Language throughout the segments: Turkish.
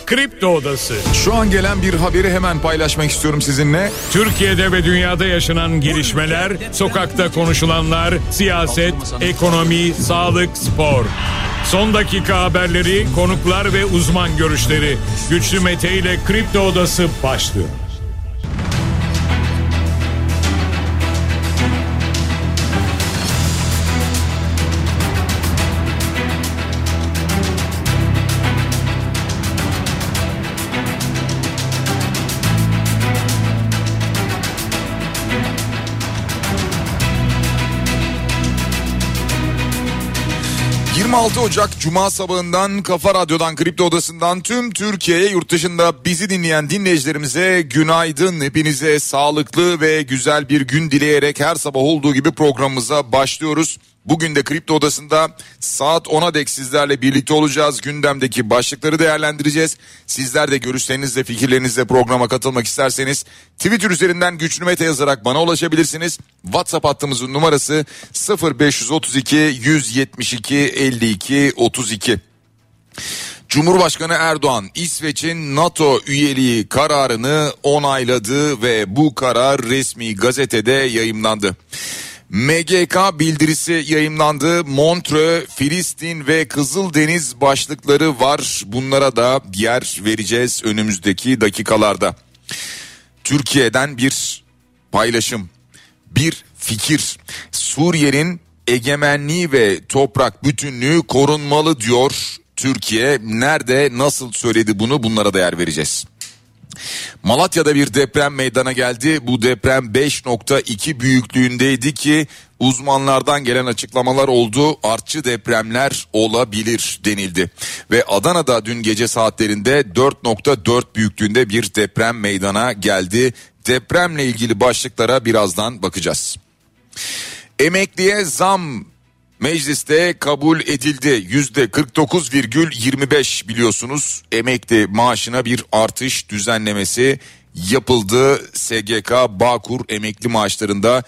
Kripto Odası. Şu an gelen bir haberi hemen paylaşmak istiyorum sizinle. Türkiye'de ve dünyada yaşanan gelişmeler, sokakta konuşulanlar, siyaset, ekonomi, sağlık, spor. Son dakika haberleri, konuklar ve uzman görüşleri. Güçlü Mete ile Kripto Odası başlıyor. ...26 Ocak Cuma sabahından Kafa Radyo'dan, Kripto Odası'ndan tüm Türkiye'ye, yurt dışında bizi dinleyen dinleyicilerimize günaydın. Hepinize sağlıklı ve güzel bir gün dileyerek her sabah olduğu gibi programımıza başlıyoruz. Bugün de Kripto Odası'nda saat 10'a dek sizlerle birlikte olacağız. Gündemdeki başlıkları değerlendireceğiz. Sizler de görüşlerinizle, fikirlerinizle programa katılmak isterseniz Twitter üzerinden Güçlü Mete yazarak bana ulaşabilirsiniz. WhatsApp hattımızın numarası 0532 172 52 32. Cumhurbaşkanı Erdoğan İsveç'in NATO üyeliği kararını onayladı ve bu karar resmi gazetede yayımlandı. MGK bildirisi yayımlandı. Montreux, Filistin ve Kızıldeniz başlıkları var. Bunlara da yer vereceğiz önümüzdeki dakikalarda. Türkiye'den bir paylaşım, bir fikir. Suriye'nin egemenliği ve toprak bütünlüğü korunmalı diyor Türkiye. Nerede, nasıl söyledi bunu, bunlara da yer vereceğiz. Malatya'da bir deprem meydana geldi. Bu deprem 5.2 büyüklüğündeydi ki uzmanlardan gelen açıklamalar oldu. Artçı depremler olabilir denildi. Ve Adana'da dün gece saatlerinde 4.4 büyüklüğünde bir deprem meydana geldi. Depremle ilgili başlıklara birazdan bakacağız. Emekliye zam mecliste kabul edildi. %49,25 biliyorsunuz emekli maaşına bir artış düzenlemesi yapıldı. SGK Bağkur emekli maaşlarında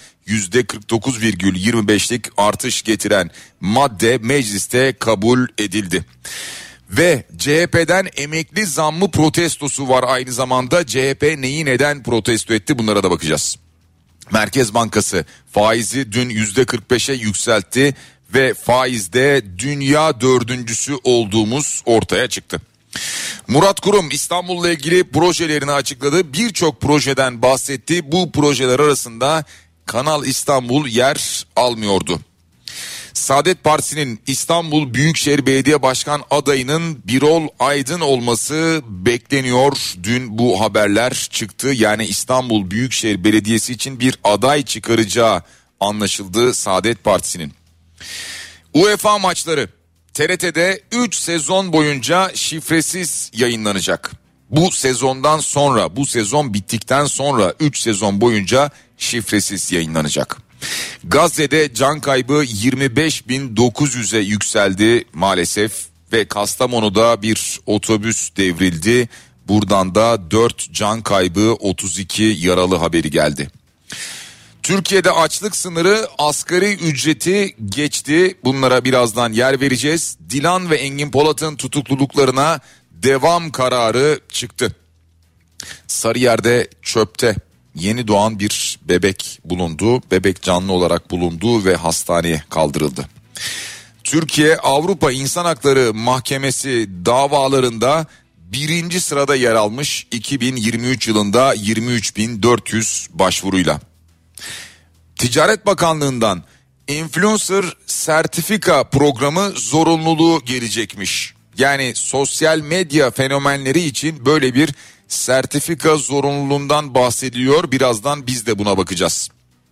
%49,25'lik artış getiren madde mecliste kabul edildi. Ve CHP'den emekli zammı protestosu var aynı zamanda. CHP neyi neden protesto etti, bunlara da bakacağız. Merkez Bankası faizi dün %45'e yükseltti ve faizde dünya dördüncüsü olduğumuz ortaya çıktı. Murat Kurum İstanbul'la ilgili projelerini açıkladı. Birçok projeden bahsetti. Bu projeler arasında Kanal İstanbul yer almıyordu. Saadet Partisi'nin İstanbul Büyükşehir Belediye Başkan adayının Birol Aydın olması bekleniyor. Dün bu haberler çıktı. Yani İstanbul Büyükşehir Belediyesi için bir aday çıkaracağı anlaşıldı Saadet Partisi'nin. UEFA maçları TRT'de 3 sezon boyunca şifresiz yayınlanacak. Bu sezondan sonra, bu sezon bittikten sonra 3 sezon boyunca şifresiz yayınlanacak. Gazze'de can kaybı 25.900'e yükseldi maalesef ve Kastamonu'da bir otobüs devrildi. Buradan da 4 can kaybı, 32 yaralı haberi geldi. Türkiye'de açlık sınırı asgari ücreti geçti. Bunlara birazdan yer vereceğiz. Dilan ve Engin Polat'ın tutukluluklarına devam kararı çıktı. Sarıyer'de çöpte yeni doğan bir bebek bulundu. Bebek canlı olarak bulundu ve hastaneye kaldırıldı. Türkiye Avrupa İnsan Hakları Mahkemesi davalarında 1. sırada yer almış 2023 yılında 23.400 başvuruyla. Ticaret Bakanlığı'ndan influencer sertifika programı zorunluluğu gelecekmiş. Yani sosyal medya fenomenleri için böyle bir sertifika zorunluluğundan bahsediliyor. Birazdan biz de buna bakacağız.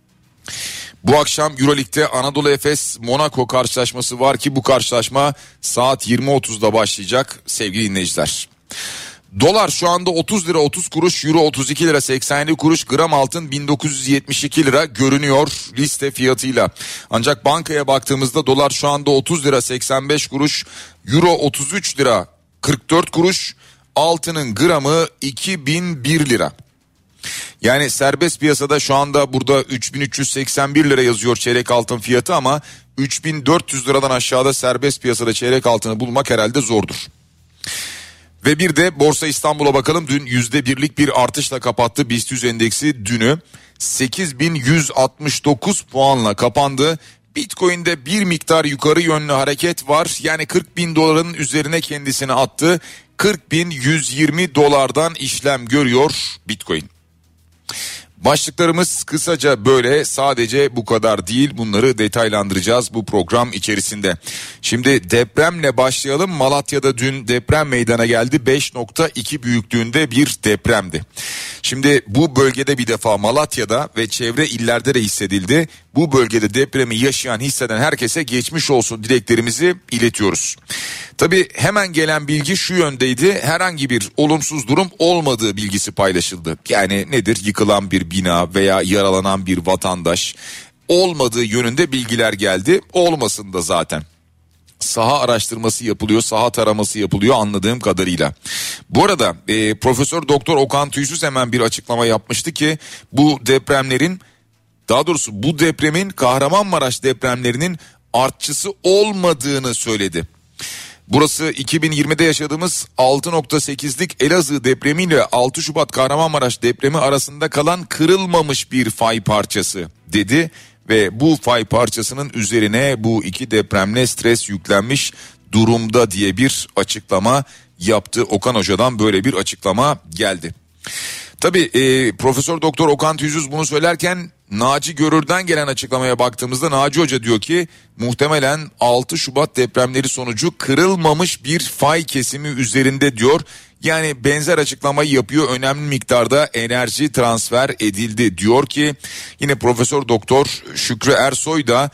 Bu akşam Euroleague'de Anadolu Efes Monaco karşılaşması var ki bu karşılaşma saat 20.30'da başlayacak sevgili dinleyiciler. Dolar şu anda 30 lira 30 kuruş, euro 32 lira 87 kuruş, gram altın 1972 lira görünüyor liste fiyatıyla. Ancak bankaya baktığımızda dolar şu anda 30 lira 85 kuruş, euro 33 lira 44 kuruş, altının gramı 2001 lira. Yani serbest piyasada şu anda burada 3381 lira yazıyor çeyrek altın fiyatı ama 3400 liradan aşağıda serbest piyasada çeyrek altını bulmak herhalde zordur. Ve bir de Borsa İstanbul'a bakalım. Dün %1'lik bir artışla kapattı. BIST 100 endeksi dünü 8.169 puanla kapandı. Bitcoin'de bir miktar yukarı yönlü hareket var. Yani 40.000 doların üzerine kendisini attı. 40.120 dolardan işlem görüyor Bitcoin. Başlıklarımız kısaca böyle, sadece bu kadar değil, bunları detaylandıracağız bu program içerisinde. Şimdi depremle başlayalım. Malatya'da dün deprem meydana geldi. 5.2 büyüklüğünde bir depremdi. Şimdi bu bölgede bir defa Malatya'da ve çevre illerde de hissedildi. Bu bölgede depremi yaşayan, hisseden herkese geçmiş olsun dileklerimizi iletiyoruz. Tabii hemen gelen bilgi şu yöndeydi: herhangi bir olumsuz durum olmadığı bilgisi paylaşıldı. Yani nedir? Yıkılan bir bina veya yaralanan bir vatandaş olmadığı yönünde bilgiler geldi. Olmasın da zaten. Saha araştırması yapılıyor, saha taraması yapılıyor anladığım kadarıyla. Bu arada Profesör Doktor Okan Tüysüz hemen bir açıklama yapmıştı ki bu depremlerin, daha doğrusu bu depremin Kahramanmaraş depremlerinin artçısı olmadığını söyledi. Burası 2020'de yaşadığımız 6.8'lik Elazığ depremiyle 6 Şubat Kahramanmaraş depremi arasında kalan kırılmamış bir fay parçası dedi. Ve bu fay parçasının üzerine bu iki depremle stres yüklenmiş durumda diye bir açıklama yaptı. Okan Hoca'dan böyle bir açıklama geldi. Tabii Profesör Doktor Okan Tüysüz bunu söylerken Naci Görür'den gelen açıklamaya baktığımızda Naci Hoca diyor ki muhtemelen 6 Şubat depremleri sonucu kırılmamış bir fay kesimi üzerinde diyor. Yani benzer açıklamayı yapıyor. Önemli miktarda enerji transfer edildi diyor ki yine Profesör Doktor Şükrü Ersoy da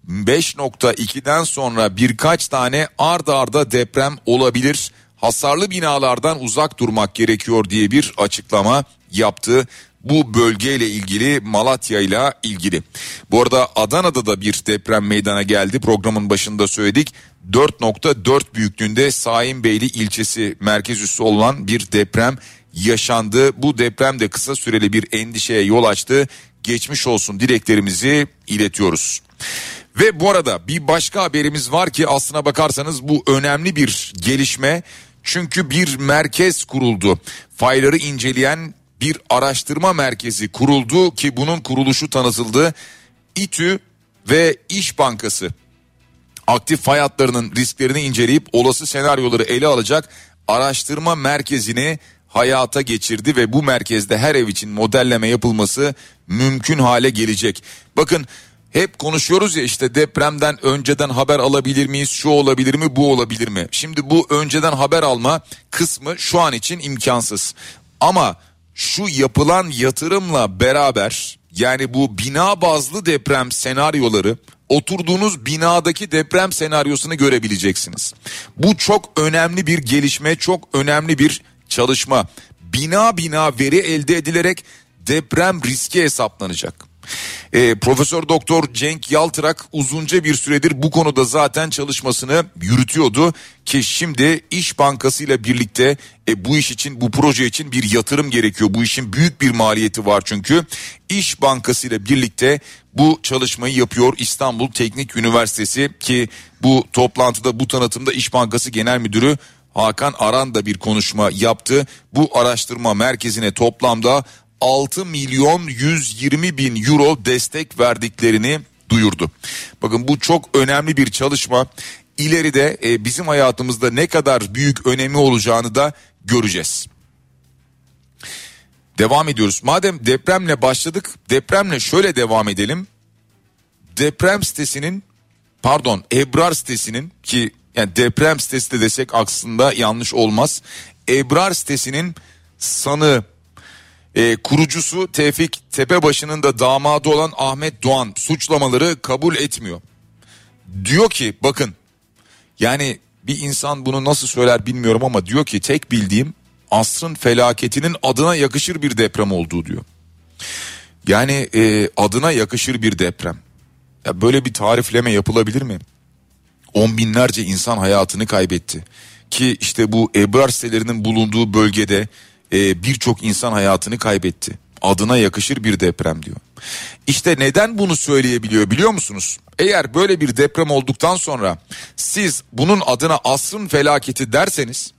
5.2'den sonra birkaç tane ard arda deprem olabilir. Hasarlı binalardan uzak durmak gerekiyor diye bir açıklama yaptı. Bu bölgeyle ilgili, Malatya ile ilgili. Bu arada Adana'da da bir deprem meydana geldi. Programın başında söyledik. 4.4 büyüklüğünde Saimbeyli ilçesi merkez üssü olan bir deprem yaşandı. Bu deprem de kısa süreli bir endişeye yol açtı. Geçmiş olsun dileklerimizi iletiyoruz. Ve bu arada bir başka haberimiz var ki aslına bakarsanız bu önemli bir gelişme. Çünkü bir merkez kuruldu. Fayları inceleyen bir araştırma merkezi kuruldu ki bunun kuruluşu tanıtıldı. İTÜ ve İş Bankası aktif fay hatlarının risklerini inceleyip olası senaryoları ele alacak araştırma merkezini hayata geçirdi ve bu merkezde her ev için modelleme yapılması mümkün hale gelecek. Bakın hep konuşuyoruz ya işte depremden önceden haber alabilir miyiz? Şu olabilir mi, bu olabilir mi? Şimdi bu önceden haber alma kısmı şu an için imkansız. Ama şu yapılan yatırımla beraber, yani bu bina bazlı deprem senaryoları, oturduğunuz binadaki deprem senaryosunu görebileceksiniz. Bu çok önemli bir gelişme, çok önemli bir çalışma. Bina bina veri elde edilerek deprem riski hesaplanacak. Profesör Doktor Cenk Yaltırak uzunca bir süredir bu konuda zaten çalışmasını yürütüyordu ki şimdi İş Bankası ile birlikte bu iş için, bu proje için bir yatırım gerekiyor. Bu işin büyük bir maliyeti var çünkü. İş Bankası ile birlikte bu çalışmayı yapıyor İstanbul Teknik Üniversitesi ki bu toplantıda, bu tanıtımda İş Bankası Genel Müdürü Hakan Aran da bir konuşma yaptı. Bu araştırma merkezine toplamda 6.120.000 euro destek verdiklerini duyurdu. Bakın bu çok önemli bir çalışma. İleride bizim hayatımızda ne kadar büyük önemi olacağını da göreceğiz. Devam ediyoruz. Madem depremle başladık, depremle şöyle devam edelim. Deprem sitesinin, Ebrar sitesinin, ki yani deprem sitesi de desek aslında yanlış olmaz. Ebrar sitesinin sanığı, kurucusu Tevfik Tepebaşı'nın da damadı olan Ahmet Doğan suçlamaları kabul etmiyor. Diyor ki bakın, yani bir insan bunu nasıl söyler bilmiyorum ama diyor ki tek bildiğim asrın felaketinin adına yakışır bir deprem olduğu diyor. Yani adına yakışır bir deprem. Ya böyle bir tarifleme yapılabilir mi? 10 binlerce insan hayatını kaybetti. Ki işte bu Ebrar sitelerinin bulunduğu bölgede birçok insan hayatını kaybetti. Adına yakışır bir deprem diyor. İşte neden bunu söyleyebiliyor biliyor musunuz? Eğer böyle bir deprem olduktan sonra siz bunun adına asrın felaketi derseniz,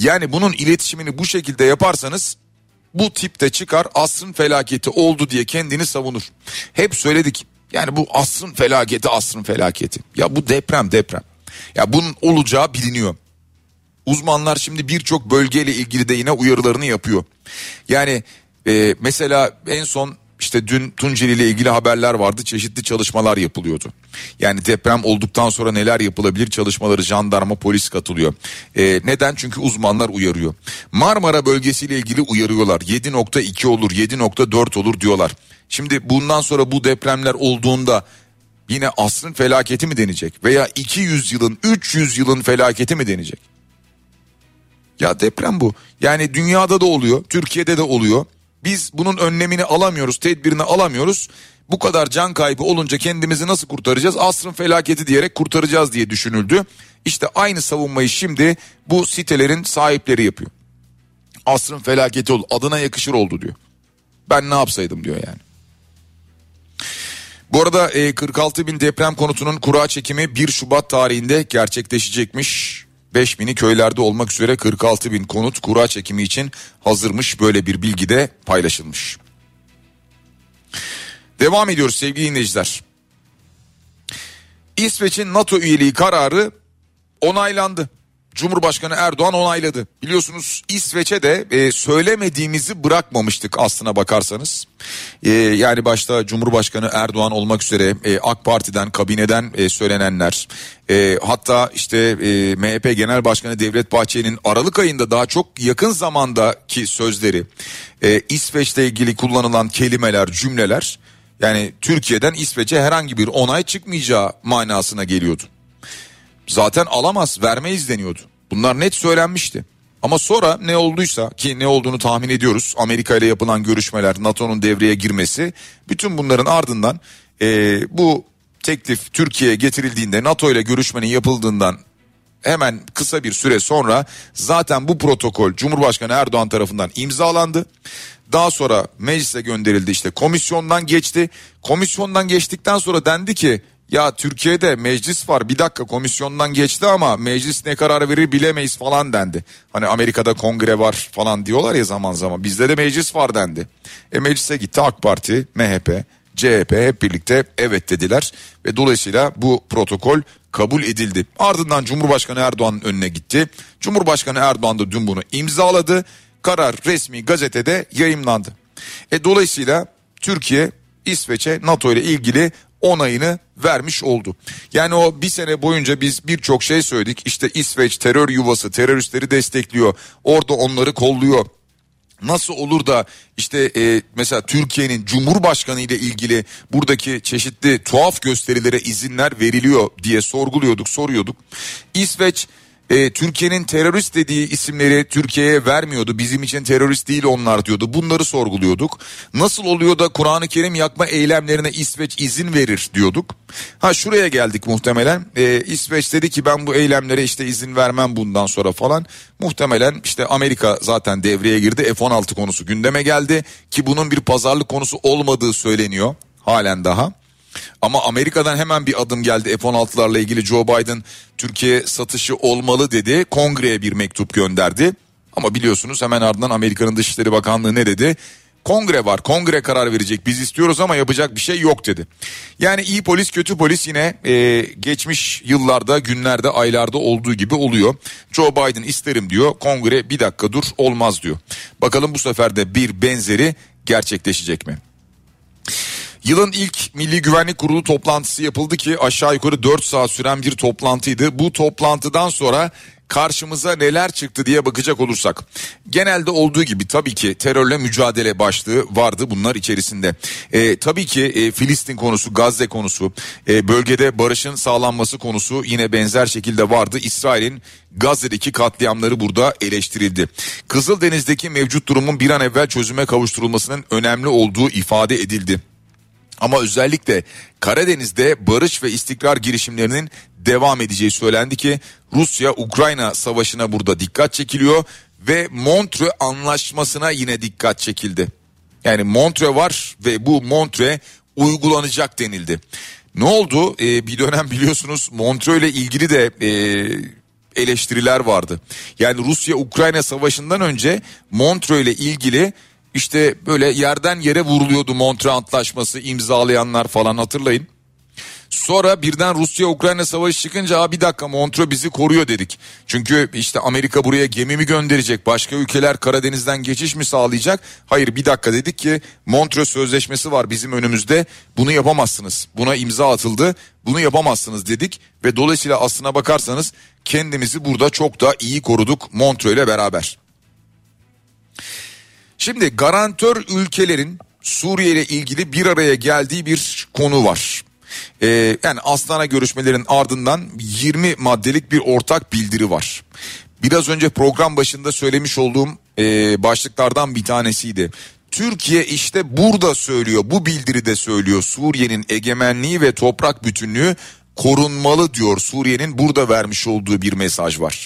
Yani bunun iletişimini bu şekilde yaparsanız bu tipte çıkar, asrın felaketi oldu diye kendini savunur. Hep söyledik. Yani bu asrın felaketi. Ya bu deprem. Ya bunun olacağı biliniyor. Uzmanlar şimdi birçok bölgeyle ilgili de yine uyarılarını yapıyor. Yani mesela en son işte dün Tunceli ile ilgili haberler vardı. Çeşitli çalışmalar yapılıyordu. Yani deprem olduktan sonra neler yapılabilir çalışmaları, jandarma, polis katılıyor. Neden? Çünkü uzmanlar uyarıyor. Marmara bölgesiyle ilgili uyarıyorlar. 7.2 olur, 7.4 olur diyorlar. Şimdi bundan sonra bu depremler olduğunda yine asrın felaketi mi denecek? Veya 200 yılın, 300 yılın felaketi mi denecek? Ya deprem bu. Yani dünyada da oluyor, Türkiye'de de oluyor. Biz bunun önlemini alamıyoruz, tedbirini alamıyoruz. Bu kadar can kaybı olunca kendimizi nasıl kurtaracağız? Asrın felaketi diyerek kurtaracağız diye düşünüldü. İşte aynı savunmayı şimdi bu sitelerin sahipleri yapıyor. Asrın felaketi oldu, adına yakışır oldu diyor. Ben ne yapsaydım diyor yani. Bu arada 46.000 deprem konutunun kura çekimi 1 Şubat tarihinde gerçekleşecekmiş. 5.000'i köylerde olmak üzere 46.000 konut kura çekimi için hazırmış, böyle bir bilgi de paylaşılmış. Devam ediyoruz sevgili dinleyiciler. İsveç'in NATO üyeliği kararı onaylandı. Cumhurbaşkanı Erdoğan onayladı. Biliyorsunuz İsveç'e de söylemediğimizi bırakmamıştık aslına bakarsanız. Yani başta Cumhurbaşkanı Erdoğan olmak üzere AK Parti'den, kabineden söylenenler. Hatta işte MHP Genel Başkanı Devlet Bahçeli'nin Aralık ayında daha çok yakın zamandaki sözleri, İsveç'le ilgili kullanılan kelimeler, cümleler, yani Türkiye'den İsveç'e herhangi bir onay çıkmayacağı manasına geliyordu. Zaten alamaz, vermeyiz deniyordu. Bunlar net söylenmişti. Ama sonra ne olduysa, ki ne olduğunu tahmin ediyoruz. Amerika ile yapılan görüşmeler, NATO'nun devreye girmesi, bütün bunların ardından bu teklif Türkiye'ye getirildiğinde, NATO ile görüşmenin yapıldığından hemen kısa bir süre sonra zaten bu protokol Cumhurbaşkanı Erdoğan tarafından imzalandı. Daha sonra meclise gönderildi, işte komisyondan geçti. Komisyondan geçtikten sonra dendi ki ya Türkiye'de meclis var, bir dakika komisyondan geçti ama meclis ne karar verir bilemeyiz falan dendi. Hani Amerika'da kongre var falan diyorlar ya zaman zaman, bizde de meclis var dendi. Meclise gitti, AK Parti, MHP, CHP hep birlikte evet dediler ve dolayısıyla bu protokol kabul edildi. Ardından Cumhurbaşkanı Erdoğan'ın önüne gitti. Cumhurbaşkanı Erdoğan da dün bunu imzaladı. Karar resmi gazetede yayımlandı. Dolayısıyla Türkiye İsveç'e NATO ile ilgili onayını vermiş oldu. Yani o bir sene boyunca biz birçok şey söyledik. İşte İsveç terör yuvası, teröristleri destekliyor. Orada onları kolluyor. Nasıl olur da işte mesela Türkiye'nin Cumhurbaşkanı ile ilgili buradaki çeşitli tuhaf gösterilere izinler veriliyor diye soruyorduk. İsveç Türkiye'nin terörist dediği isimleri Türkiye'ye vermiyordu. Bizim için terörist değil onlar diyordu. Bunları sorguluyorduk. Nasıl oluyor da Kur'an-ı Kerim yakma eylemlerine İsveç izin verir diyorduk. Şuraya geldik muhtemelen. İsveç dedi ki ben bu eylemlere işte izin vermem bundan sonra falan. Muhtemelen işte Amerika zaten devreye girdi. F-16 konusu gündeme geldi ki bunun bir pazarlık konusu olmadığı söyleniyor halen daha. Ama Amerika'dan hemen bir adım geldi. F-16'larla ilgili Joe Biden Türkiye satışı olmalı dedi. Kongreye bir mektup gönderdi. Ama biliyorsunuz hemen ardından Amerika'nın Dışişleri Bakanlığı ne dedi? Kongre var, kongre karar verecek, biz istiyoruz ama yapacak bir şey yok dedi. Yani iyi polis kötü polis yine geçmiş yıllarda, günlerde, aylarda olduğu gibi oluyor. Joe Biden isterim diyor, kongre bir dakika dur olmaz diyor. Bakalım bu sefer de bir benzeri gerçekleşecek mi? Yılın ilk Milli Güvenlik Kurulu toplantısı yapıldı ki aşağı yukarı 4 saat süren bir toplantıydı. Bu toplantıdan sonra karşımıza neler çıktı diye bakacak olursak, genelde olduğu gibi tabii ki terörle mücadele başlığı vardı bunlar içerisinde. Tabii ki Filistin konusu, Gazze konusu, bölgede barışın sağlanması konusu yine benzer şekilde vardı. İsrail'in Gazze'deki katliamları burada eleştirildi. Kızıldeniz'deki mevcut durumun bir an evvel çözüme kavuşturulmasının önemli olduğu ifade edildi. Ama özellikle Karadeniz'de barış ve istikrar girişimlerinin devam edeceği söylendi ki Rusya-Ukrayna savaşına burada dikkat çekiliyor ve Montreux Anlaşması'na yine dikkat çekildi. Yani Montreux var ve bu Montreux uygulanacak denildi. Ne oldu? Bir dönem biliyorsunuz Montreux ile ilgili de eleştiriler vardı. Yani Rusya-Ukrayna savaşından önce Montreux ile ilgili işte böyle yerden yere vuruluyordu Montreux Antlaşması imzalayanlar falan, hatırlayın. Sonra birden Rusya-Ukrayna savaşı çıkınca bir dakika Montreux bizi koruyor dedik. Çünkü işte Amerika buraya gemi mi gönderecek? Başka ülkeler Karadeniz'den geçiş mi sağlayacak? Hayır, bir dakika dedik ki Montreux Sözleşmesi var bizim önümüzde. Bunu yapamazsınız. Buna imza atıldı. Bunu yapamazsınız dedik. Ve dolayısıyla aslına bakarsanız kendimizi burada çok da iyi koruduk Montreux ile beraber. Şimdi garantör ülkelerin Suriye ile ilgili bir araya geldiği bir konu var. Yani Astana görüşmelerin ardından 20 maddelik bir ortak bildiri var. Biraz önce program başında söylemiş olduğum başlıklardan bir tanesiydi. Türkiye işte burada söylüyor, bu bildiride söylüyor, Suriye'nin egemenliği ve toprak bütünlüğü korunmalı diyor. Suriye'nin burada vermiş olduğu bir mesaj var.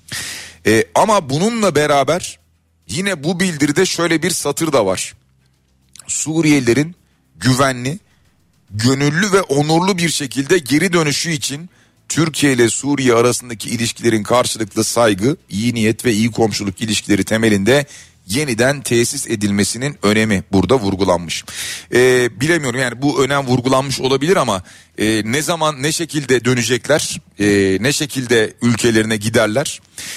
Ama bununla beraber yine bu bildiride şöyle bir satır da var. Suriyelilerin güvenli, gönüllü ve onurlu bir şekilde geri dönüşü için Türkiye ile Suriye arasındaki ilişkilerin karşılıklı saygı, iyi niyet ve iyi komşuluk ilişkileri temelinde yeniden tesis edilmesinin önemi burada vurgulanmış. Bilemiyorum, yani bu önem vurgulanmış olabilir ama ne zaman, ne şekilde dönecekler, ne şekilde ülkelerine giderler,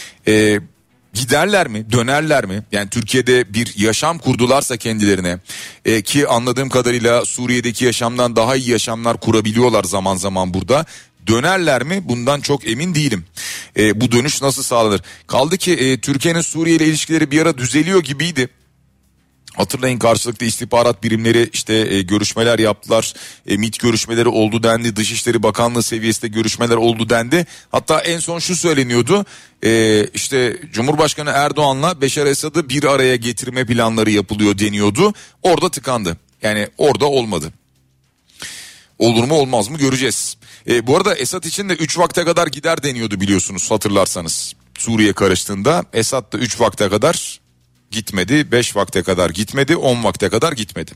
giderler mi, dönerler mi? Yani Türkiye'de bir yaşam kurdularsa kendilerine, ki anladığım kadarıyla Suriye'deki yaşamdan daha iyi yaşamlar kurabiliyorlar zaman zaman burada. Dönerler mi? Bundan çok emin değilim. Bu dönüş nasıl sağlanır? Kaldı ki Türkiye'nin Suriye ile ilişkileri bir ara düzeliyor gibiydi. Hatırlayın, karşılıklı istihbarat birimleri işte görüşmeler yaptılar. MİT görüşmeleri oldu dendi. Dışişleri Bakanlığı seviyesinde görüşmeler oldu dendi. Hatta en son şu söyleniyordu. İşte Cumhurbaşkanı Erdoğan'la Beşar Esad'ı bir araya getirme planları yapılıyor deniyordu. Orada tıkandı. Yani orada olmadı. Olur mu olmaz mı göreceğiz. Bu arada Esad için de 3 vakte kadar gider deniyordu, biliyorsunuz, hatırlarsanız. Suriye karıştığında Esad da 3 vakte kadar gitmedi, 5 vakte kadar gitmedi, 10 vakte kadar gitmedi.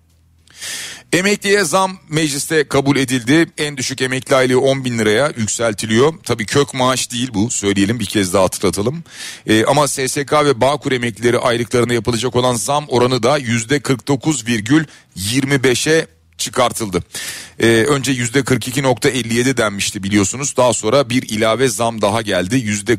Emekliye zam mecliste kabul edildi. En düşük emekli aylığı 10 bin liraya yükseltiliyor. Tabii kök maaş değil bu, söyleyelim, bir kez daha hatırlatalım. Ama SSK ve Bağkur emeklileri aylıklarına yapılacak olan zam oranı da %49,25'e çıkartıldı. Önce %42,57 denmişti, biliyorsunuz. Daha sonra bir ilave zam daha geldi.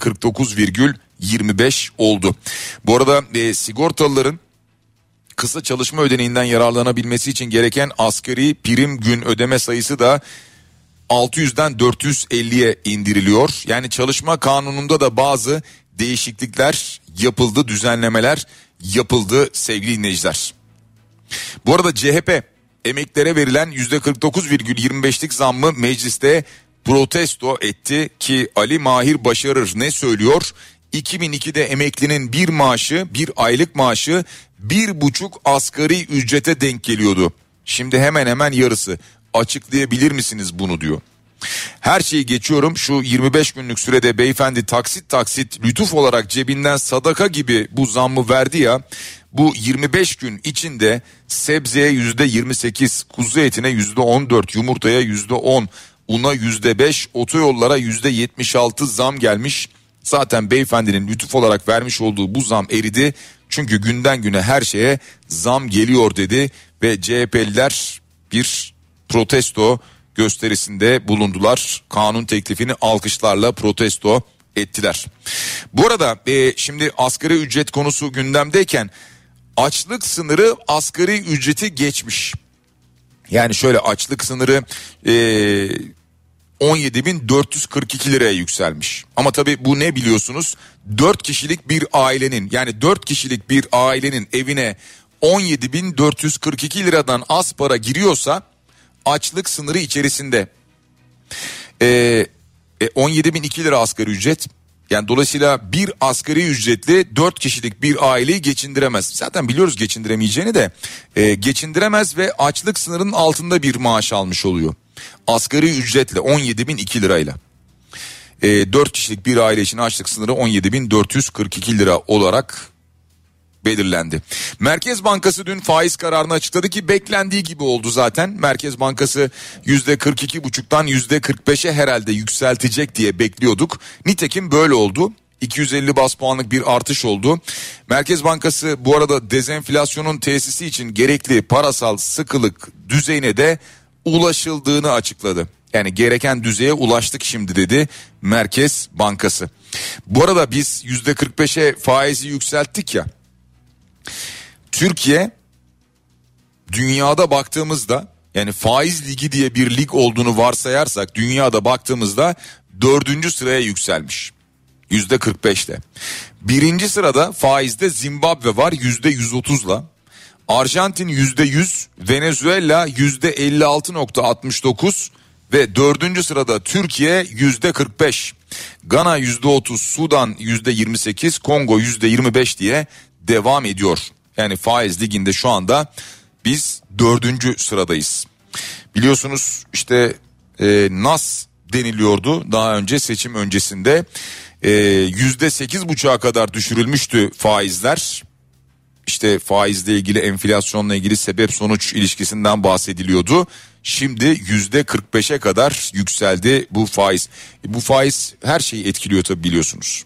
%49,25 oldu. Bu arada sigortalıların kısa çalışma ödeneğinden yararlanabilmesi için gereken asgari prim gün ödeme sayısı da 600'den 450'ye indiriliyor. Yani çalışma kanununda da bazı değişiklikler yapıldı, düzenlemeler yapıldı sevgili dinleyiciler. Bu arada CHP emeklilere verilen %49,25'lik zammı mecliste protesto etti ki Ali Mahir Başarır ne söylüyor? 2002'de emeklinin bir maaşı, bir aylık maaşı 1,5 asgari ücrete denk geliyordu. Şimdi hemen hemen yarısı. Açıklayabilir misiniz bunu diyor. Her şeyi geçiyorum, şu 25 günlük sürede beyefendi taksit taksit lütuf olarak cebinden sadaka gibi bu zammı verdi ya. Bu 25 gün içinde sebzeye %28, kuzu etine %14, yumurtaya %10, una %5, otoyollara %76 zam gelmiş. Zaten beyefendinin lütuf olarak vermiş olduğu bu zam eridi. Çünkü günden güne her şeye zam geliyor dedi ve CHP'liler bir protesto gösterisinde bulundular. Kanun teklifini alkışlarla protesto ettiler. Bu arada şimdi asgari ücret konusu gündemdeyken açlık sınırı asgari ücreti geçmiş. Yani şöyle, açlık sınırı 17.442 liraya yükselmiş. Ama tabii bu ne biliyorsunuz? 4 kişilik bir ailenin, yani 4 kişilik bir ailenin evine 17.442 liradan az para giriyorsa açlık sınırı içerisinde. 17.002 lira asgari ücret. Yani dolayısıyla bir asgari ücretli 4 kişilik bir aileyi geçindiremez. Zaten biliyoruz geçindiremeyeceğini de. Geçindiremez ve açlık sınırının altında bir maaş almış oluyor. Asgari ücretle 17.002 lirayla. 4 kişilik bir aile için açlık sınırı 17.442 lira olarak belirlendi. Merkez Bankası dün faiz kararını açıkladı ki beklendiği gibi oldu zaten. Merkez Bankası %42,5'tan %45'e herhalde yükseltecek diye bekliyorduk. Nitekim böyle oldu. 250 bas puanlık bir artış oldu. Merkez Bankası bu arada dezenflasyonun tesisi için gerekli parasal sıkılık düzeyine de ulaşıldığını açıkladı. Yani gereken düzeye ulaştık şimdi dedi Merkez Bankası. Bu arada biz %45'e faizi yükselttik ya. Türkiye dünyada baktığımızda, yani faiz ligi diye bir lig olduğunu varsayarsak, dünyada baktığımızda 4. sıraya yükselmiş. %45'le. 1. sırada faizde Zimbabwe var %130'la. Arjantin %100, Venezuela %56,69 ve 4. sırada Türkiye %45. Gana %30, Sudan %28, Kongo %25 diye devam ediyor. Yani faiz liginde şu anda biz 4. sıradayız. Biliyorsunuz işte nas deniliyordu daha önce, seçim öncesinde. %8,5'a kadar düşürülmüştü faizler. İşte faizle ilgili, enflasyonla ilgili sebep sonuç ilişkisinden bahsediliyordu. Şimdi %45'e kadar yükseldi bu faiz. Bu faiz her şeyi etkiliyor tabii, biliyorsunuz.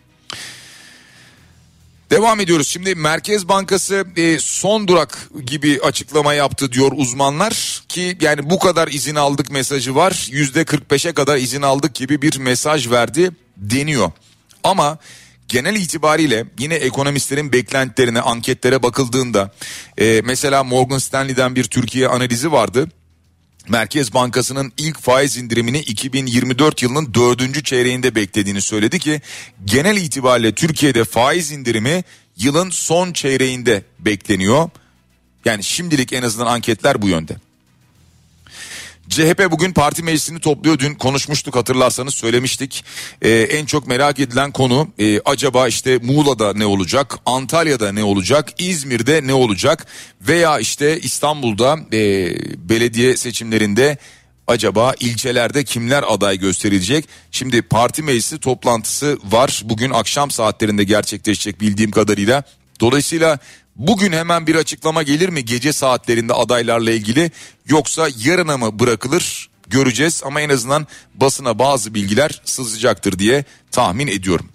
Devam ediyoruz. Şimdi Merkez Bankası son durak gibi açıklama yaptı diyor uzmanlar ki yani bu kadar izin aldık mesajı var. %45'e kadar izin aldık gibi bir mesaj verdi deniyor. Ama genel itibariyle yine ekonomistlerin beklentilerine, anketlere bakıldığında mesela Morgan Stanley'den bir Türkiye analizi vardı. Merkez Bankası'nın ilk faiz indirimini 2024 yılının 4. çeyreğinde beklediğini söyledi ki genel itibariyle Türkiye'de faiz indirimi yılın son çeyreğinde bekleniyor. Yani şimdilik en azından anketler bu yönde. CHP bugün parti meclisini topluyor. Dün konuşmuştuk, hatırlarsanız söylemiştik. En çok merak edilen konu acaba işte Muğla'da ne olacak, Antalya'da ne olacak, İzmir'de ne olacak veya işte İstanbul'da belediye seçimlerinde acaba ilçelerde kimler aday gösterilecek? Şimdi parti meclisi toplantısı var. Bugün akşam saatlerinde gerçekleşecek bildiğim kadarıyla. Dolayısıyla bugün hemen bir açıklama gelir mi gece saatlerinde adaylarla ilgili, yoksa yarına mı bırakılır göreceğiz, ama en azından basına bazı bilgiler sızacaktır diye tahmin ediyorum.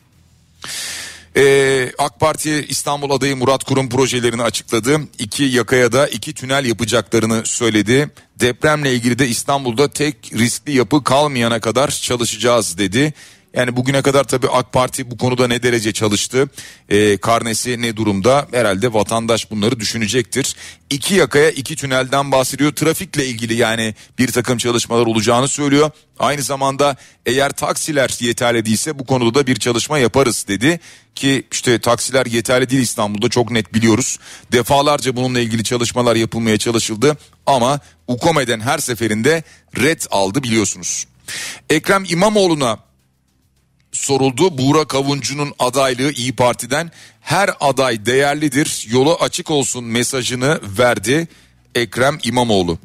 AK Parti İstanbul adayı Murat Kurum projelerini açıkladı. 2 yakaya da 2 tünel yapacaklarını söyledi. Depremle ilgili de İstanbul'da tek riskli yapı kalmayana kadar çalışacağız dedi. Yani bugüne kadar tabii AK Parti bu konuda ne derece çalıştı, karnesi ne durumda, herhalde vatandaş bunları düşünecektir. 2 yakaya 2 tünelden bahsediyor. Trafikle ilgili yani bir takım çalışmalar olacağını söylüyor. Aynı zamanda eğer taksiler yeterli değilse bu konuda da bir çalışma yaparız dedi. Ki işte taksiler yeterli değil İstanbul'da, çok net biliyoruz. Defalarca bununla ilgili çalışmalar yapılmaya çalışıldı ama UKOME'den her seferinde ret aldı biliyorsunuz. Ekrem İmamoğlu'na soruldu. Buğra Kavuncu'nun adaylığı İYİ Parti'den, her aday değerlidir, yolu açık olsun mesajını verdi Ekrem İmamoğlu.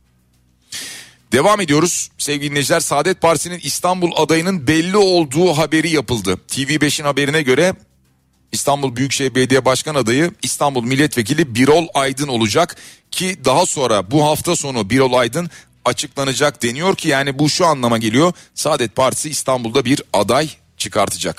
Devam ediyoruz sevgili dinleyiciler. Saadet Partisi'nin İstanbul adayının belli olduğu haberi yapıldı. TV5'in haberine göre İstanbul Büyükşehir Belediye Başkan adayı İstanbul Milletvekili Birol Aydın olacak ki daha sonra bu hafta sonu Birol Aydın açıklanacak deniyor ki yani bu şu anlama geliyor: Saadet Partisi İstanbul'da bir aday çıkartacak.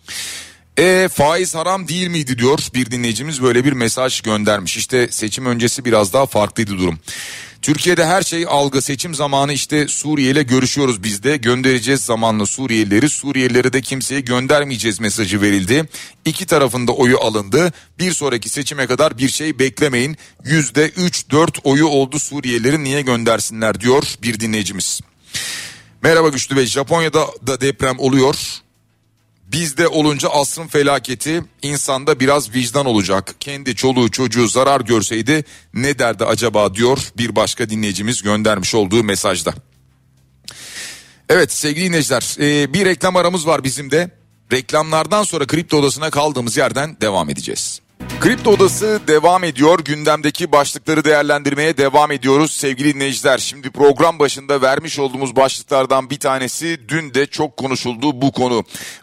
Faiz haram değil miydi diyor bir dinleyicimiz, böyle bir mesaj göndermiş. İşte seçim öncesi biraz daha farklıydı durum. Türkiye'de her şey algı, seçim zamanı işte Suriye ile görüşüyoruz biz de, göndereceğiz zamanla Suriyelileri de kimseye göndermeyeceğiz mesajı verildi. İki tarafında oyu alındı. Bir sonraki seçime kadar bir şey beklemeyin. %3-4 oyu oldu Suriyelilerin, niye göndersinler diyor bir dinleyicimiz. Merhaba Güçlü Bey, Japonya'da da deprem oluyor. Bizde olunca asrın felaketi, insanda biraz vicdan olacak. Kendi çoluğu çocuğu zarar görseydi ne derdi acaba diyor bir başka dinleyicimiz göndermiş olduğu mesajda. Evet sevgili dinleyiciler, bir reklam aramız var bizim de. Reklamlardan sonra Kripto Odası'na kaldığımız yerden devam edeceğiz. Kripto Odası devam ediyor. Gündemdeki başlıkları değerlendirmeye devam ediyoruz sevgili dinleyiciler. Şimdi program başında vermiş olduğumuz başlıklardan bir tanesi, dün de çok konuşuldu bu konu.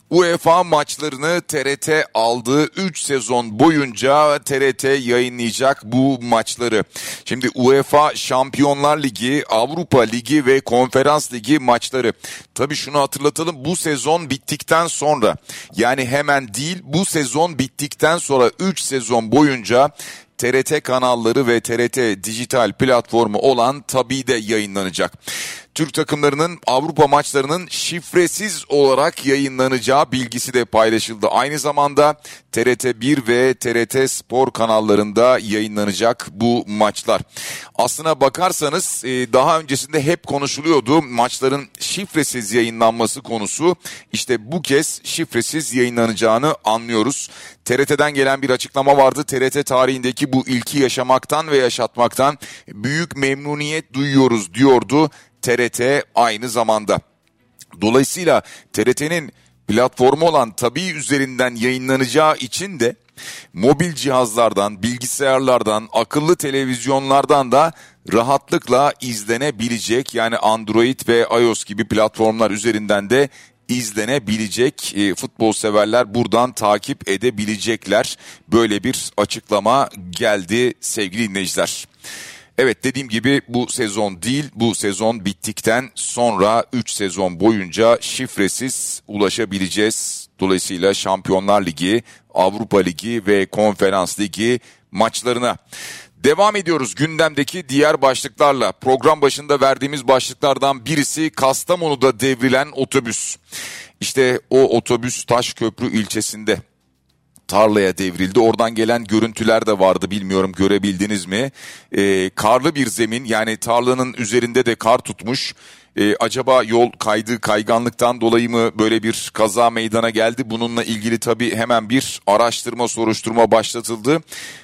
UEFA maçlarını TRT aldı. 3 sezon boyunca TRT yayınlayacak bu maçları. Şimdi UEFA Şampiyonlar Ligi, Avrupa Ligi ve Konferans Ligi maçları. Tabii şunu hatırlatalım, bu sezon bittikten sonra, yani hemen değil, bu sezon bittikten sonra 3 sezon boyunca TRT kanalları ve TRT dijital platformu olan Tabii de yayınlanacak. Türk takımlarının Avrupa maçlarının şifresiz olarak yayınlanacağı bilgisi de paylaşıldı. Aynı zamanda TRT 1 ve TRT Spor kanallarında yayınlanacak bu maçlar. Aslına bakarsanız daha öncesinde hep konuşuluyordu maçların şifresiz yayınlanması konusu. İşte bu kez şifresiz yayınlanacağını anlıyoruz. TRT'den gelen bir açıklama vardı. TRT tarihindeki bu ilki yaşamaktan ve yaşatmaktan büyük memnuniyet duyuyoruz diyordu TRT aynı zamanda. Dolayısıyla TRT'nin platformu olan Tabii üzerinden yayınlanacağı için de mobil cihazlardan, bilgisayarlardan, akıllı televizyonlardan da rahatlıkla izlenebilecek. Yani Android ve iOS gibi platformlar üzerinden de izlenebilecek. Futbol severler buradan takip edebilecekler. Böyle bir açıklama geldi sevgili dinleyiciler. Evet, dediğim gibi bu sezon değil, bu sezon bittikten sonra 3 sezon boyunca şifresiz ulaşabileceğiz. Dolayısıyla Şampiyonlar Ligi, Avrupa Ligi ve Konferans Ligi maçlarına. Devam ediyoruz gündemdeki diğer başlıklarla. Program başında verdiğimiz başlıklardan birisi Kastamonu'da devrilen otobüs. İşte o otobüs Taşköprü ilçesinde tarlaya devrildi. Oradan gelen görüntüler de vardı, bilmiyorum görebildiniz mi? Karlı bir zemin, yani tarlanın üzerinde de kar tutmuş. Acaba yol kaydı, kayganlıktan dolayı mı böyle bir kaza meydana geldi? Bununla ilgili tabii hemen bir araştırma, soruşturma başlatıldı.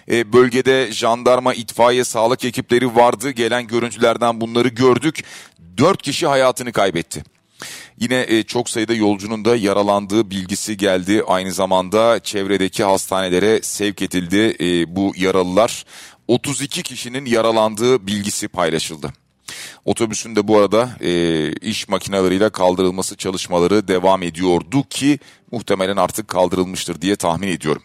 Bölgede jandarma, itfaiye, sağlık ekipleri vardı. Gelen görüntülerden bunları gördük. 4 kişi hayatını kaybetti. Yine çok sayıda yolcunun da yaralandığı bilgisi geldi. Aynı zamanda çevredeki hastanelere sevk edildi bu yaralılar. 32 kişinin yaralandığı bilgisi paylaşıldı. Otobüsün de bu arada iş makineleriyle kaldırılması çalışmaları devam ediyordu ki muhtemelen artık kaldırılmıştır diye tahmin ediyorum.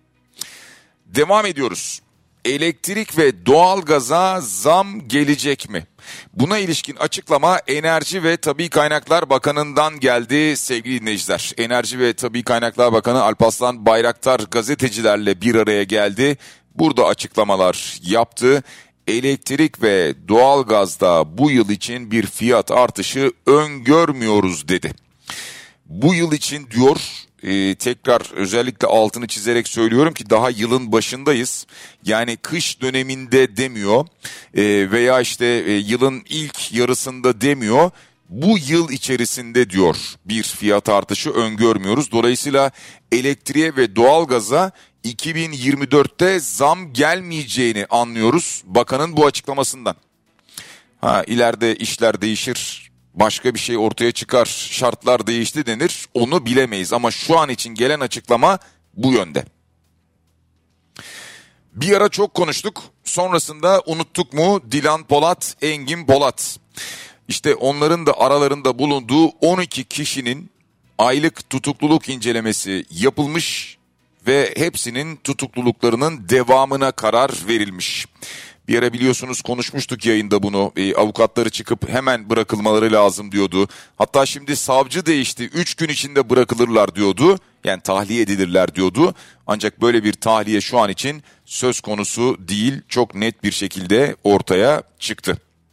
Devam ediyoruz. Elektrik ve doğalgaza zam gelecek mi? Buna ilişkin açıklama Enerji ve Tabii Kaynaklar Bakanı'ndan geldi sevgili dinleyiciler. Enerji ve Tabii Kaynaklar Bakanı Alparslan Bayraktar gazetecilerle bir araya geldi. Burada açıklamalar yaptı. Elektrik ve doğalgazda bu yıl için bir fiyat artışı öngörmüyoruz dedi. Bu yıl için diyor, tekrar özellikle altını çizerek söylüyorum ki daha yılın başındayız. Yani kış döneminde demiyor veya işte yılın ilk yarısında demiyor. Bu yıl içerisinde diyor bir fiyat artışı öngörmüyoruz. Dolayısıyla elektriğe ve doğalgaza 2024'te zam gelmeyeceğini anlıyoruz bakanın bu açıklamasından. İleride işler değişir, başka bir şey ortaya çıkar, şartlar değişti denir, onu bilemeyiz ama şu an için gelen açıklama bu yönde. Bir ara çok konuştuk, sonrasında unuttuk mu? Dilan Polat, Engin Polat. İşte onların da aralarında bulunduğu 12 kişinin aylık tutukluluk incelemesi yapılmış ve hepsinin tutukluluklarının devamına karar verilmiş. Bir ara biliyorsunuz konuşmuştuk yayında bunu. Avukatları çıkıp hemen bırakılmaları lazım diyordu. Hatta şimdi savcı değişti, 3 gün içinde bırakılırlar diyordu. Yani tahliye edilirler diyordu. Ancak böyle bir tahliye şu an için söz konusu değil. Çok net bir şekilde ortaya çıktı.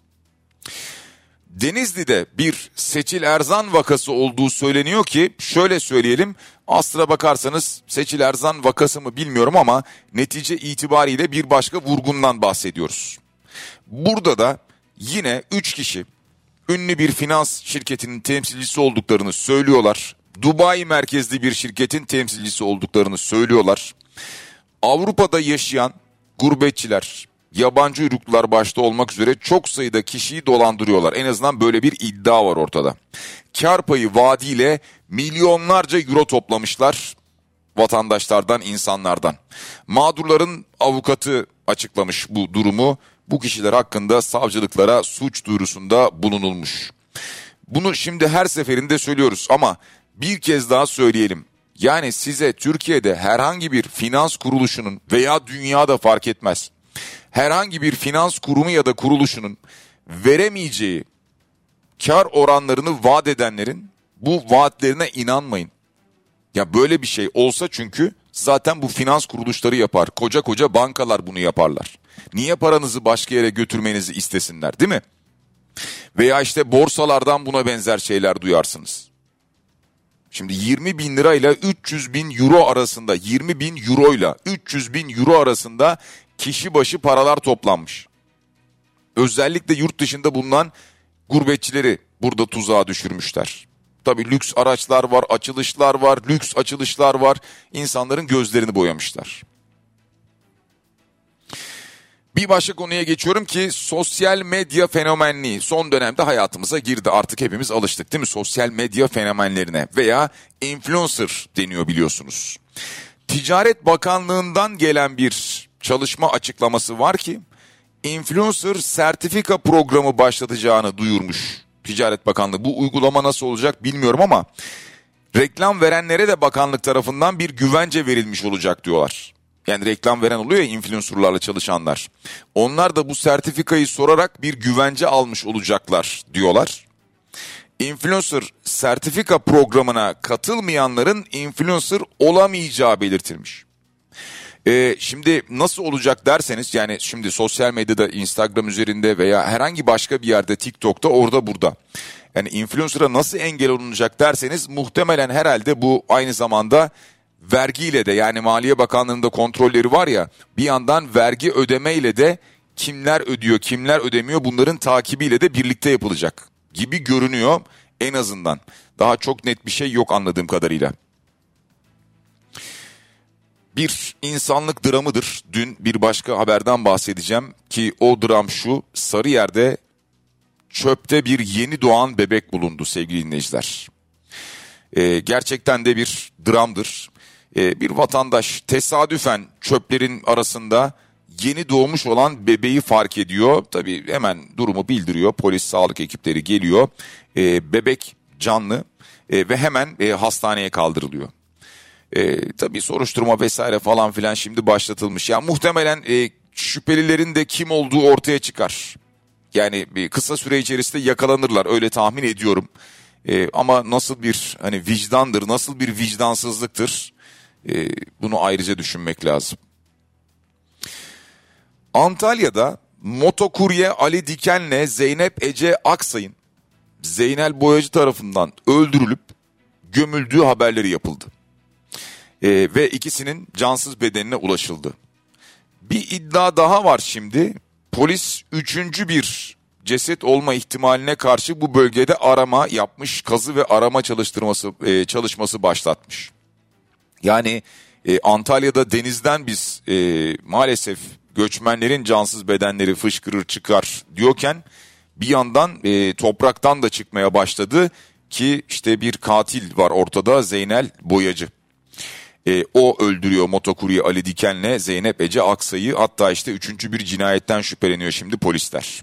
Denizli'de bir Seçil Erzan vakası olduğu söyleniyor ki şöyle söyleyelim, aslına bakarsanız Seçil Erzan vakası mı bilmiyorum ama netice itibariyle bir başka vurgundan bahsediyoruz. Burada da yine 3 kişi ünlü bir finans şirketinin temsilcisi olduklarını söylüyorlar. Dubai merkezli bir şirketin temsilcisi olduklarını söylüyorlar. Avrupa'da yaşayan gurbetçiler, yabancı uyruklular başta olmak üzere çok sayıda kişiyi dolandırıyorlar. En azından böyle bir iddia var ortada. Kar payı vaadiyle milyonlarca euro toplamışlar vatandaşlardan, insanlardan. Mağdurların avukatı açıklamış bu durumu. Bu kişiler hakkında savcılıklara suç duyurusunda bulunulmuş. Bunu şimdi her seferinde söylüyoruz ama Bir kez daha söyleyelim. Yani size Türkiye'de herhangi bir finans kuruluşunun veya dünyada fark etmez, herhangi bir finans kurumu ya da kuruluşunun veremeyeceği kar oranlarını vaat edenlerin bu vaatlerine inanmayın. Ya böyle bir şey olsa çünkü zaten bu finans kuruluşları yapar. Koca koca bankalar bunu yaparlar. Niye paranızı başka yere götürmenizi istesinler, değil mi? Veya işte borsalardan buna benzer şeyler duyarsınız. Şimdi 20 bin lira ile 300 bin euro arasında, 20 bin euro ile 300 bin euro arasında kişi başı paralar toplanmış. Özellikle yurt dışında bulunan gurbetçileri burada tuzağa düşürmüşler. Tabii lüks araçlar var, açılışlar var, lüks açılışlar var. İnsanların gözlerini boyamışlar. Bir başka konuya geçiyorum ki sosyal medya fenomenliği son dönemde hayatımıza girdi. Artık hepimiz alıştık değil mi sosyal medya fenomenlerine veya influencer deniyor biliyorsunuz. Ticaret Bakanlığı'ndan gelen bir çalışma açıklaması var ki influencer sertifika programı başlatacağını duyurmuş Ticaret Bakanlığı. Bu uygulama nasıl olacak bilmiyorum ama reklam verenlere de bakanlık tarafından bir güvence verilmiş olacak diyorlar. Yani reklam veren oluyor ya influencerlarla çalışanlar. Onlar da bu sertifikayı sorarak bir güvence almış olacaklar diyorlar. Influencer sertifika programına katılmayanların influencer olamayacağı belirtilmiş. Şimdi nasıl olacak derseniz yani şimdi sosyal medyada Instagram üzerinde veya herhangi başka bir yerde TikTok'ta orada burada. Yani influencer'a nasıl engel olunacak derseniz muhtemelen herhalde bu aynı zamanda vergiyle de yani Maliye Bakanlığı'nda kontrolleri var ya bir yandan vergi ödemeyle de kimler ödüyor kimler ödemiyor bunların takibiyle de birlikte yapılacak gibi görünüyor en azından. Daha çok net bir şey yok anladığım kadarıyla. Bir insanlık dramıdır. Dün bir başka haberden bahsedeceğim ki o dram şu: Sarıyer'de çöpte bir yeni doğan bebek bulundu sevgili dinleyiciler. Gerçekten de bir dramdır. Bir vatandaş tesadüfen çöplerin arasında yeni doğmuş olan bebeği fark ediyor. Tabii hemen durumu bildiriyor. Polis, sağlık ekipleri geliyor. Bebek canlı ve hemen hastaneye kaldırılıyor. Tabii soruşturma vesaire falan filan şimdi başlatılmış. Ya muhtemelen şüphelilerin de kim olduğu ortaya çıkar. Yani bir kısa süre içerisinde yakalanırlar öyle tahmin ediyorum. Ama nasıl bir hani vicdandır, nasıl bir vicdansızlıktır bunu ayrıca düşünmek lazım. Antalya'da motokurye Ali Diken'le Zeynep Ece Aksay'ın Zeynel Boyacı tarafından öldürülüp gömüldüğü haberleri yapıldı. Ve ikisinin cansız bedenine ulaşıldı. Bir iddia daha var şimdi. Polis üçüncü bir ceset olma ihtimaline karşı bu bölgede arama yapmış, kazı ve arama çalışması başlatmış. Yani Antalya'da denizden biz maalesef göçmenlerin cansız bedenleri fışkırır çıkar diyorken bir yandan topraktan da çıkmaya başladı ki işte bir katil var ortada, Zeynel Boyacı. O öldürüyor motokurye Ali Diken'le Zeynep Ece Aksay'ı, hatta işte üçüncü bir cinayetten şüpheleniyor şimdi polisler.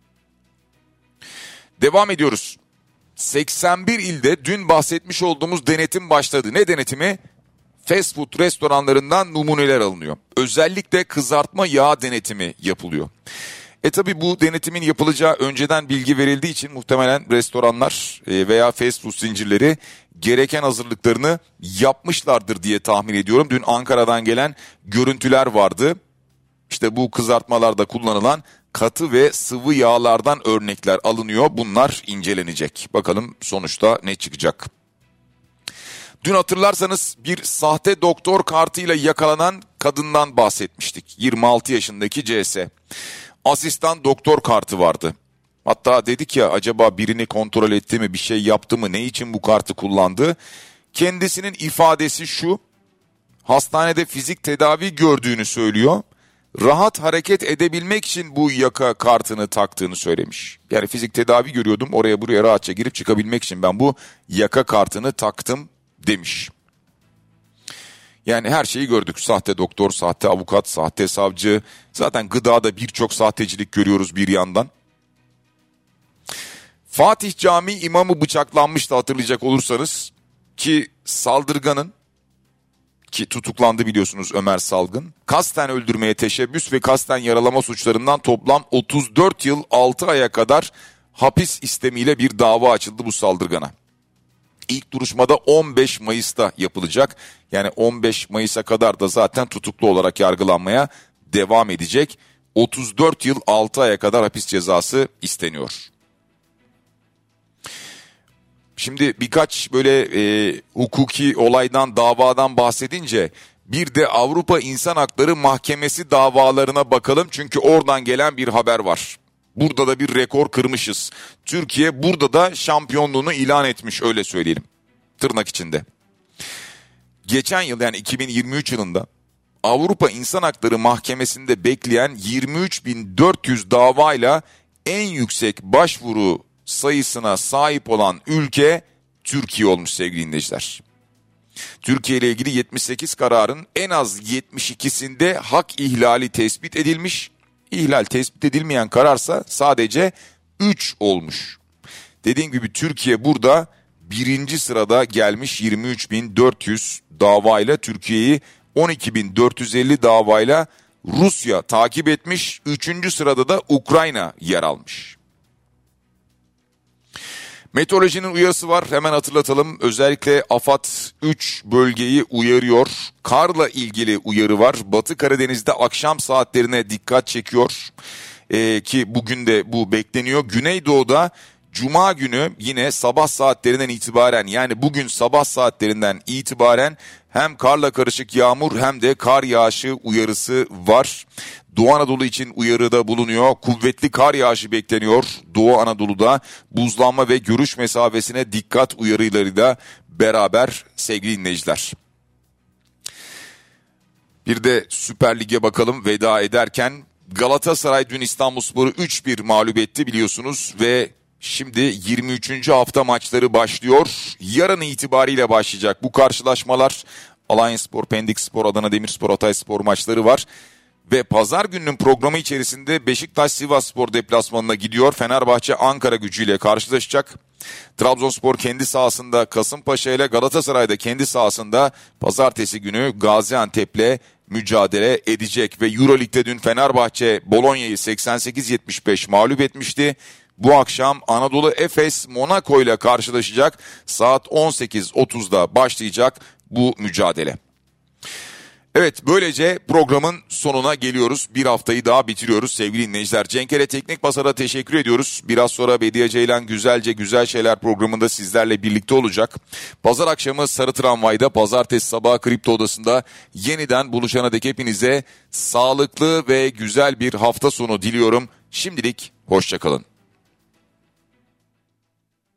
Devam ediyoruz. 81 ilde dün bahsetmiş olduğumuz denetim başladı. Ne denetimi? Fast food restoranlarından numuneler alınıyor. Özellikle kızartma yağ denetimi yapılıyor. Tabi bu denetimin yapılacağı önceden bilgi verildiği için muhtemelen restoranlar veya fast food zincirleri gereken hazırlıklarını yapmışlardır diye tahmin ediyorum. Dün Ankara'dan gelen görüntüler vardı. İşte bu kızartmalarda kullanılan katı ve sıvı yağlardan örnekler alınıyor. Bunlar incelenecek. Bakalım sonuçta ne çıkacak. Dün hatırlarsanız bir sahte doktor kartıyla yakalanan kadından bahsetmiştik. 26 yaşındaki CS. Asistan doktor kartı vardı. Hatta dedik ya acaba birini kontrol etti mi, bir şey yaptı mı, ne için bu kartı kullandı? Kendisinin ifadesi şu: hastanede fizik tedavi gördüğünü söylüyor. Rahat hareket edebilmek için bu yaka kartını taktığını söylemiş. Yani fizik tedavi görüyordum, oraya buraya rahatça girip çıkabilmek için ben bu yaka kartını taktım demiş. Yani her şeyi gördük. Sahte doktor, sahte avukat, sahte savcı. Zaten gıdada birçok sahtecilik görüyoruz bir yandan. Fatih Camii imamı bıçaklanmıştı hatırlayacak olursanız. ki saldırganın, ki tutuklandı biliyorsunuz Ömer Salgın, kasten öldürmeye teşebbüs ve kasten yaralama suçlarından toplam 34 yıl 6 aya kadar hapis istemiyle bir dava açıldı bu saldırgana. İlk duruşmada 15 Mayıs'ta yapılacak. Yani 15 Mayıs'a kadar da zaten tutuklu olarak yargılanmaya devam edecek. 34 yıl 6 aya kadar hapis cezası isteniyor. Şimdi birkaç böyle hukuki olaydan, davadan bahsedince bir de Avrupa İnsan Hakları Mahkemesi davalarına bakalım. Çünkü oradan gelen bir haber var. Burada da bir rekor kırmışız. Türkiye burada da şampiyonluğunu ilan etmiş, öyle söyleyelim. Tırnak içinde. Geçen yıl, yani 2023 yılında Avrupa İnsan Hakları Mahkemesi'nde bekleyen 23.400 davayla en yüksek başvuru sayısına sahip olan ülke Türkiye olmuş sevgili dinleyiciler. Türkiye ile ilgili 78 kararın en az 72'sinde hak ihlali tespit edilmiş. İhlal tespit edilmeyen kararsa sadece 3 olmuş. Dediğim gibi Türkiye burada birinci sırada gelmiş, 23.400 davayla Türkiye'yi 12.450 davayla Rusya takip etmiş. 3. sırada da Ukrayna yer almış. Meteorolojinin uyarısı var, hemen hatırlatalım. Özellikle AFAD 3 bölgeyi uyarıyor. Karla ilgili uyarı var. Batı Karadeniz'de akşam saatlerine dikkat çekiyor. Ki bugün de bu bekleniyor. Güneydoğu'da Cuma günü yine sabah saatlerinden itibaren, yani bugün sabah saatlerinden itibaren hem karla karışık yağmur hem de kar yağışı uyarısı var. Doğu Anadolu için uyarıda bulunuyor. Kuvvetli kar yağışı bekleniyor. Doğu Anadolu'da buzlanma ve görüş mesafesine dikkat uyarılarıyla beraber sevgili dinleyiciler. Bir de Süper Lig'e bakalım veda ederken. Galatasaray dün İstanbulspor'u 3-1 mağlup etti biliyorsunuz ve şimdi 23. hafta maçları başlıyor. Yarın itibariyle başlayacak bu karşılaşmalar. Alanyaspor, Pendikspor, Adana Demirspor, Hatayspor maçları var. Ve pazar gününün programı içerisinde Beşiktaş-Sivasspor deplasmanına gidiyor. Fenerbahçe Ankara Gücü'yle karşılaşacak. Trabzonspor kendi sahasında Kasımpaşa ile, Galatasaray'da kendi sahasında pazartesi günü Gaziantep'le mücadele edecek. Ve Euroleague'de dün Fenerbahçe Bolonya'yı 88-75 mağlup etmişti. Bu akşam Anadolu Efes Monaco ile karşılaşacak. Saat 18.30'da başlayacak bu mücadele. Evet, böylece programın sonuna geliyoruz. Bir haftayı daha bitiriyoruz sevgili dinleyiciler. Cenkere Teknik Masa'da teşekkür ediyoruz. Biraz sonra Bediye Ceylan Güzel Şeyler programında sizlerle birlikte olacak. Pazar akşamı Sarı Tramvay'da, pazartesi sabahı Kripto Odası'nda yeniden buluşana dek hepinize sağlıklı ve güzel bir hafta sonu diliyorum. Şimdilik hoşça kalın.